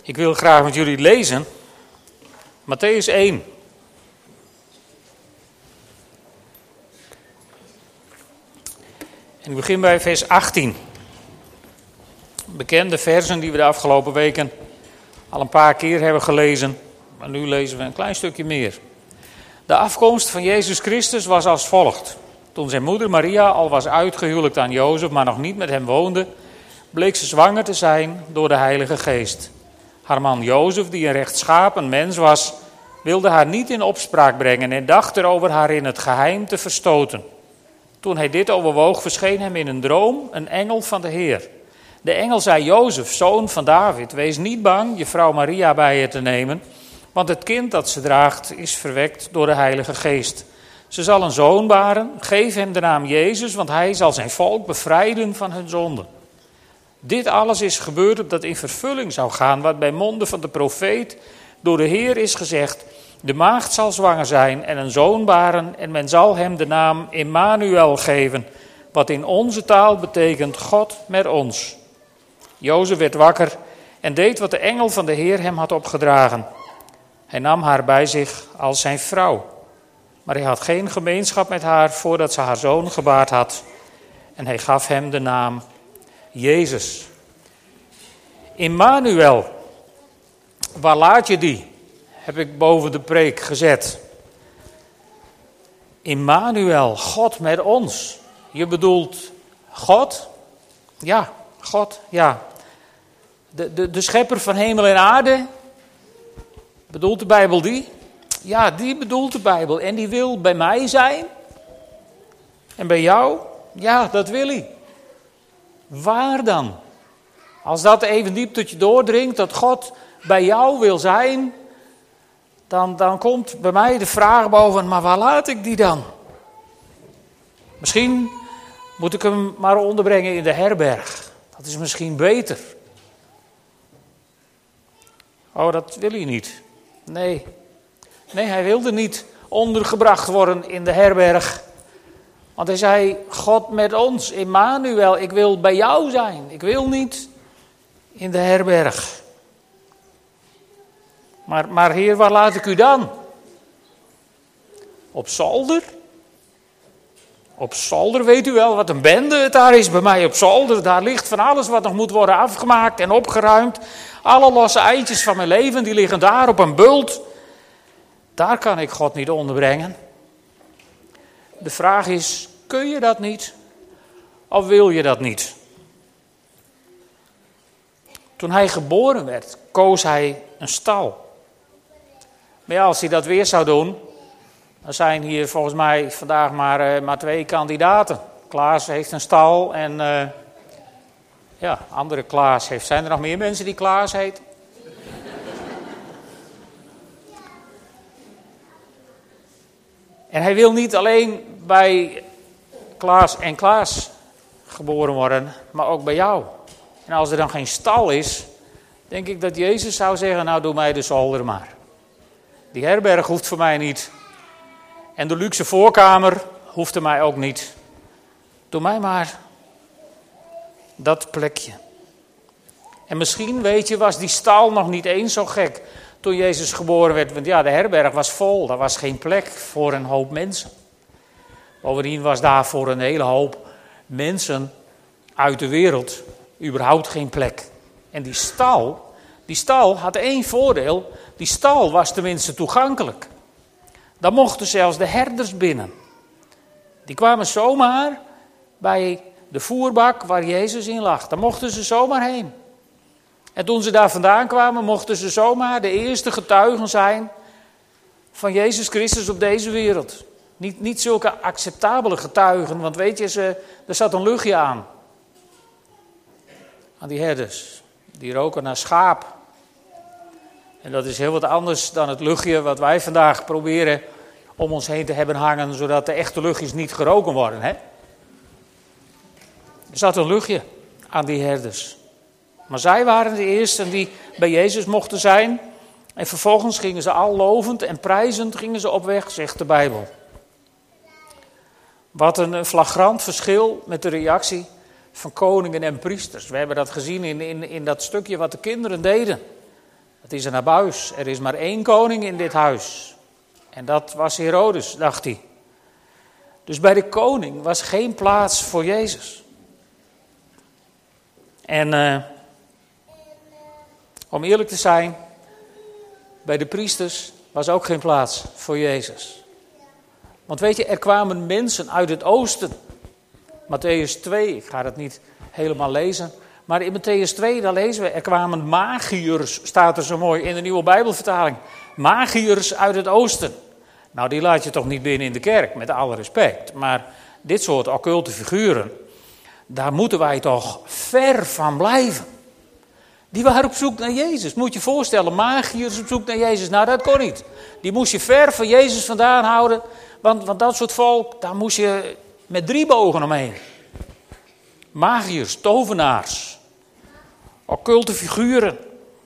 Ik wil graag met jullie lezen Mattheüs 1. En ik begin bij vers 18. Bekende versen die we de afgelopen weken al een paar keer hebben gelezen. Maar nu lezen we een klein stukje meer. De afkomst van Jezus Christus was als volgt. Toen zijn moeder Maria al was uitgehuwelijkt aan Jozef, maar nog niet met hem woonde, bleek ze zwanger te zijn door de Heilige Geest. Haar man Jozef, die een rechtschapen mens was, wilde haar niet in opspraak brengen en dacht erover haar in het geheim te verstoten. Toen hij dit overwoog, verscheen hem in een droom een engel van de Heer. De engel zei: Jozef, zoon van David, wees niet bang je vrouw Maria bij je te nemen, want het kind dat ze draagt is verwekt door de Heilige Geest. Ze zal een zoon baren, geef hem de naam Jezus, want hij zal zijn volk bevrijden van hun zonden. Dit alles is gebeurd opdat in vervulling zou gaan wat bij monden van de profeet door de Heer is gezegd: de maagd zal zwanger zijn en een zoon baren en men zal hem de naam Immanuel geven, wat in onze taal betekent God met ons. Jozef werd wakker en deed wat de engel van de Heer hem had opgedragen. Hij nam haar bij zich als zijn vrouw, maar hij had geen gemeenschap met haar voordat ze haar zoon gebaard had. En hij gaf hem de naam Jezus. Immanuel, waar laat je die? Heb ik boven de preek gezet. Immanuel, God met ons. Je bedoelt God? Ja, God, ja. De schepper van hemel en aarde. Bedoelt de Bijbel die? Ja, die bedoelt de Bijbel. En die wil bij mij zijn. En bij jou? Ja, dat wil hij. Waar dan? Als dat even diep tot je doordringt, dat God bij jou wil zijn, dan komt bij mij de vraag boven: maar waar laat ik die dan? Misschien moet ik hem maar onderbrengen in de herberg. Dat is misschien beter. Oh, dat wil hij niet. Nee, hij wilde niet ondergebracht worden in de herberg. Want hij zei: God met ons, Immanuel, ik wil bij jou zijn. Ik wil niet in de herberg. Maar Heer, waar laat ik u dan? Op zolder? Op zolder, weet u wel wat een bende het daar is bij mij op zolder. Daar ligt van alles wat nog moet worden afgemaakt en opgeruimd. Alle losse eindjes van mijn leven, die liggen daar op een bult. Daar kan ik God niet onderbrengen. De vraag is: kun je dat niet? Of wil je dat niet? Toen hij geboren werd, koos hij een stal. Maar ja, als hij dat weer zou doen, dan zijn hier volgens mij vandaag maar 2 kandidaten. Klaas heeft een stal en andere Klaas heeft. Zijn er nog meer mensen die Klaas heten? En hij wil niet alleen bij Klaas en Klaas geboren worden, maar ook bij jou. En als er dan geen stal is, denk ik dat Jezus zou zeggen: nou, doe mij de zolder maar. Die herberg hoeft voor mij niet. En de luxe voorkamer hoeft er mij ook niet. Doe mij maar dat plekje. En misschien, weet je, was die stal nog niet eens zo gek toen Jezus geboren werd. Want ja, de herberg was vol. Er was geen plek voor een hoop mensen. Bovendien was daar voor een hele hoop mensen uit de wereld überhaupt geen plek. En die stal had 1 voordeel. Die stal was tenminste toegankelijk. Daar mochten zelfs de herders binnen. Die kwamen zomaar bij de voerbak waar Jezus in lag. Daar mochten ze zomaar heen. En toen ze daar vandaan kwamen, mochten ze zomaar de eerste getuigen zijn van Jezus Christus op deze wereld. Niet zulke acceptabele getuigen, want weet je, er zat een luchtje aan die herders. Die roken naar schaap. En dat is heel wat anders dan het luchtje wat wij vandaag proberen om ons heen te hebben hangen, zodat de echte luchtjes niet geroken worden. Hè? Er zat een luchtje aan die herders. Maar zij waren de eersten die bij Jezus mochten zijn. En vervolgens gingen ze al lovend en prijzend gingen ze op weg, zegt de Bijbel. Wat een flagrant verschil met de reactie van koningen en priesters. We hebben dat gezien in dat stukje wat de kinderen deden. Het is een abuis. Er is maar één koning in dit huis. En dat was Herodes, dacht hij. Dus bij de koning was geen plaats voor Jezus. En om eerlijk te zijn, bij de priesters was ook geen plaats voor Jezus. Want weet je, er kwamen mensen uit het oosten. Mattheüs 2, ik ga het niet helemaal lezen. Maar in Mattheüs 2, daar lezen we, er kwamen magiërs, staat er zo mooi in de nieuwe Bijbelvertaling. Magiërs uit het oosten. Nou, die laat je toch niet binnen in de kerk, met alle respect. Maar dit soort occulte figuren, daar moeten wij toch ver van blijven. Die waren op zoek naar Jezus. Moet je je voorstellen, magiërs op zoek naar Jezus. Nou, dat kon niet. Die moest je ver van Jezus vandaan houden. Want dat soort volk, daar moest je met 3 bogen omheen. Magiërs, tovenaars, occulte figuren.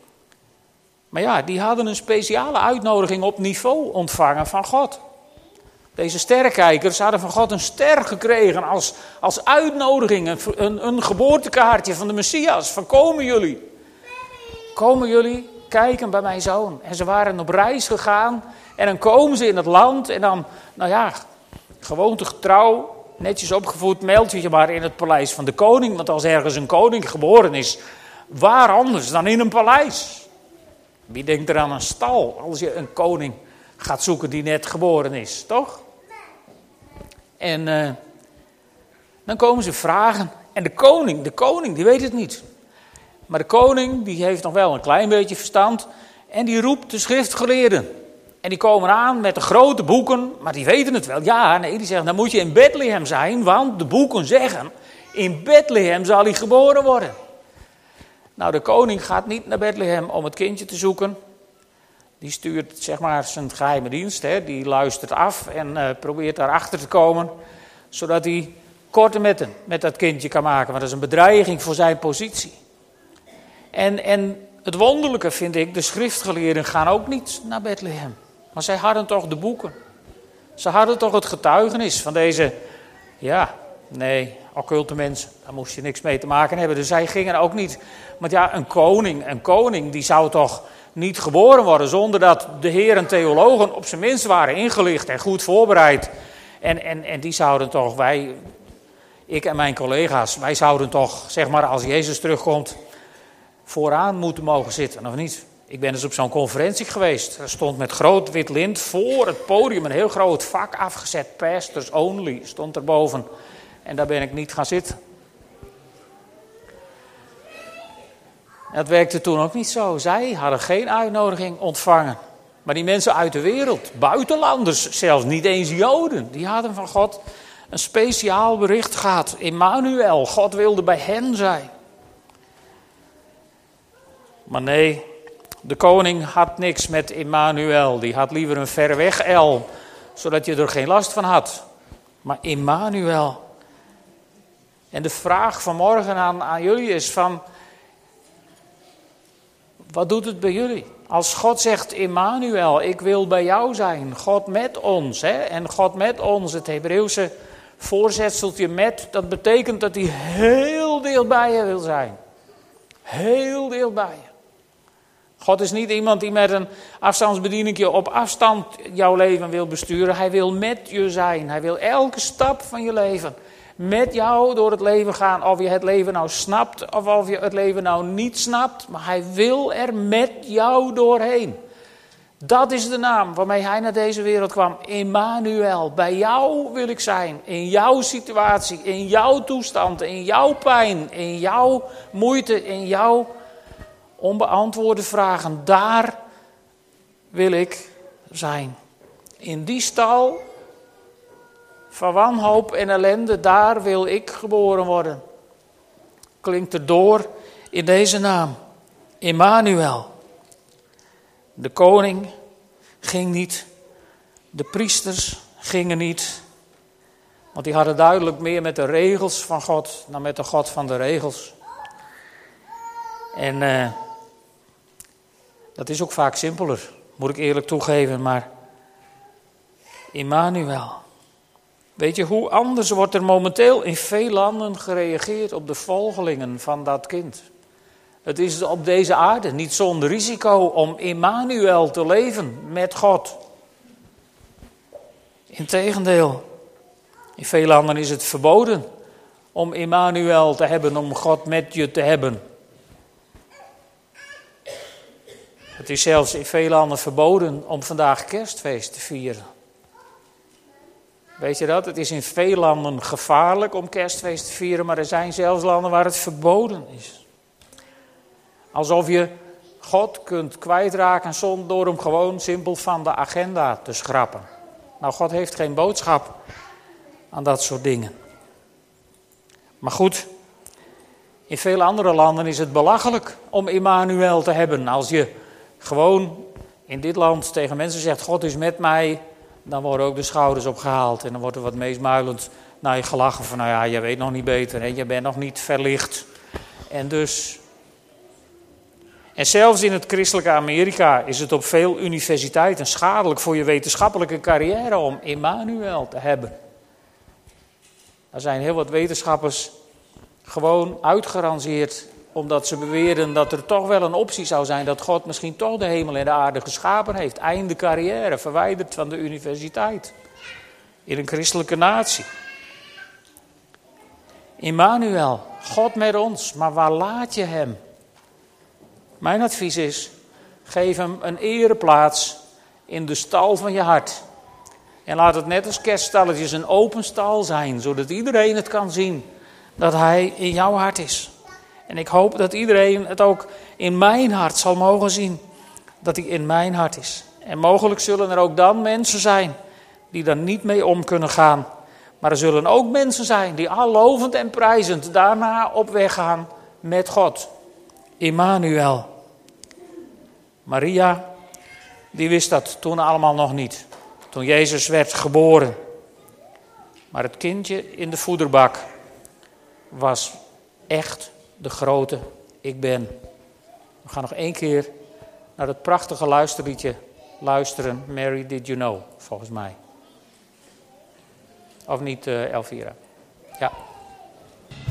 Maar ja, die hadden een speciale uitnodiging op niveau ontvangen van God. Deze sterrenkijkers hadden van God een ster gekregen als uitnodiging, een geboortekaartje van de Messias. Van komen jullie kijken bij mijn zoon. En ze waren op reis gegaan en dan komen ze in het land en dan, nou ja, gewoontegetrouw, netjes opgevoed, meld je maar in het paleis van de koning. Want als ergens een koning geboren is, waar anders dan in een paleis? Wie denkt er aan een stal als je een koning gaat zoeken die net geboren is, toch? En dan komen ze vragen. En de koning, die weet het niet. Maar de koning, die heeft nog wel een klein beetje verstand. En die roept de schriftgeleerden. En die komen aan met de grote boeken, maar die weten het wel. Ja, nee, die zeggen, dan moet je in Bethlehem zijn, want de boeken zeggen, in Bethlehem zal hij geboren worden. Nou, de koning gaat niet naar Bethlehem om het kindje te zoeken. Die stuurt, zeg maar, zijn geheime dienst, die luistert af en probeert daarachter te komen, zodat hij korte metten met dat kindje kan maken. Want dat is een bedreiging voor zijn positie. En het wonderlijke vind ik, de schriftgeleerden gaan ook niet naar Bethlehem. Maar zij hadden toch de boeken. Ze hadden toch het getuigenis van deze, occulte mensen. Daar moest je niks mee te maken hebben. Dus zij gingen ook niet. Want ja, een koning die zou toch niet geboren worden zonder dat de heren theologen op zijn minst waren ingelicht en goed voorbereid. En die zouden toch, ik en mijn collega's, wij zouden toch, zeg maar, als Jezus terugkomt, vooraan moeten mogen zitten, of niet? Ik ben dus op zo'n conferentie geweest. Er stond met groot wit lint voor het podium een heel groot vak afgezet. Pastors only stond erboven. En daar ben ik niet gaan zitten. Het werkte toen ook niet zo. Zij hadden geen uitnodiging ontvangen. Maar die mensen uit de wereld, buitenlanders, zelfs niet eens Joden, die hadden van God een speciaal bericht gehad. Immanuel, God wilde bij hen zijn. Maar nee, de koning had niks met Immanuel. Die had liever een ver weg El, zodat je er geen last van had. Maar Immanuel. En de vraag vanmorgen aan jullie is van, wat doet het bij jullie? Als God zegt, Immanuel, ik wil bij jou zijn. God met ons. En God met ons, het Hebreeuwse voorzetseltje met, dat betekent dat hij heel dicht bij je wil zijn. Heel dicht bij je. God is niet iemand die met een afstandsbedieningje op afstand jouw leven wil besturen. Hij wil met je zijn. Hij wil elke stap van je leven met jou door het leven gaan. Of je het leven nou snapt of je het leven nou niet snapt. Maar hij wil er met jou doorheen. Dat is de naam waarmee hij naar deze wereld kwam. Immanuel. Bij jou wil ik zijn. In jouw situatie. In jouw toestand. In jouw pijn. In jouw moeite. In jouw onbeantwoorde vragen. Daar wil ik zijn. In die stal van wanhoop en ellende, daar wil ik geboren worden. Klinkt er door in deze naam. Immanuel. De koning ging niet. De priesters gingen niet. Want die hadden duidelijk meer met de regels van God dan met de God van de regels. En dat is ook vaak simpeler, moet ik eerlijk toegeven. Maar Immanuel. Weet je, hoe anders wordt er momenteel in veel landen gereageerd op de volgelingen van dat kind? Het is op deze aarde niet zonder risico om Immanuel te leven met God. Integendeel, in veel landen is het verboden om Immanuel te hebben, om God met je te hebben. Het is zelfs in veel landen verboden om vandaag kerstfeest te vieren. Weet je dat? Het is in veel landen gevaarlijk om kerstfeest te vieren, maar er zijn zelfs landen waar het verboden is. Alsof je God kunt kwijtraken door hem gewoon simpel van de agenda te schrappen. Nou, God heeft geen boodschap aan dat soort dingen. Maar goed, in veel andere landen is het belachelijk om Immanuel te hebben. Als je gewoon in dit land tegen mensen zegt, God is met mij, dan worden ook de schouders opgehaald. En dan wordt er wat meesmuilend naar je gelachen van, nou ja, je weet nog niet beter, hè? Je bent nog niet verlicht. En zelfs in het christelijke Amerika is het op veel universiteiten schadelijk voor je wetenschappelijke carrière om Immanuel te hebben. Er zijn heel wat wetenschappers gewoon uitgerangeerd omdat ze beweren dat er toch wel een optie zou zijn dat God misschien toch de hemel en de aarde geschapen heeft. Einde carrière, verwijderd van de universiteit. In een christelijke natie. Immanuel, God met ons, maar waar laat je hem? Mijn advies is, geef hem een ereplaats in de stal van je hart. En laat het net als kerststalletjes een open stal zijn, zodat iedereen het kan zien dat hij in jouw hart is. En ik hoop dat iedereen het ook in mijn hart zal mogen zien, dat hij in mijn hart is. En mogelijk zullen er ook dan mensen zijn die daar niet mee om kunnen gaan. Maar er zullen ook mensen zijn die al lovend en prijzend daarna op weg gaan met God. Immanuel. Maria, die wist dat toen allemaal nog niet. Toen Jezus werd geboren. Maar het kindje in de voederbak was echt de grote ik ben. We gaan nog 1 keer naar het prachtige luisterliedje luisteren. Mary, did you know, volgens mij. Of niet, Elvira? Ja.